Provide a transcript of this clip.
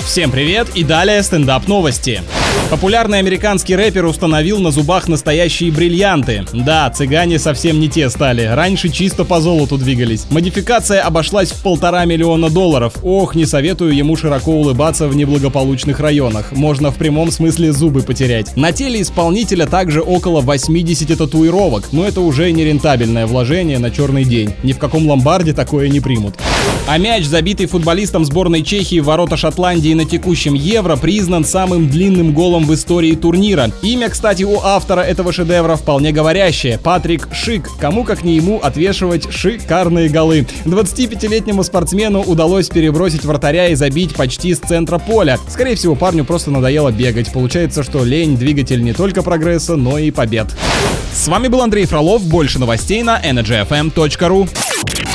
Всем привет и далее стендап новости. Популярный американский рэпер установил на зубах настоящие бриллианты. Да, цыгане совсем не те стали, раньше чисто по золоту двигались. Модификация обошлась в $1,5 миллиона. Ох, не советую ему широко улыбаться в неблагополучных районах. Можно в прямом смысле зубы потерять. На теле исполнителя также около 80 татуировок, но это уже нерентабельное вложение на черный день. Ни в каком ломбарде такое не примут. А мяч, забитый футболистом сборной Чехии в ворота Шотландии на текущем Евро, признан самым длинным голом в истории турнира. Имя, кстати, у автора этого шедевра вполне говорящее — Патрик Шик. Кому как не ему отвешивать шикарные голы. 25-летнему спортсмену удалось перебросить вратаря и забить почти с центра поля. Скорее всего, парню просто надоело бегать. Получается, что лень — двигатель не только прогресса, но и побед. С вами был Андрей Фролов. Больше новостей на energyfm.ru.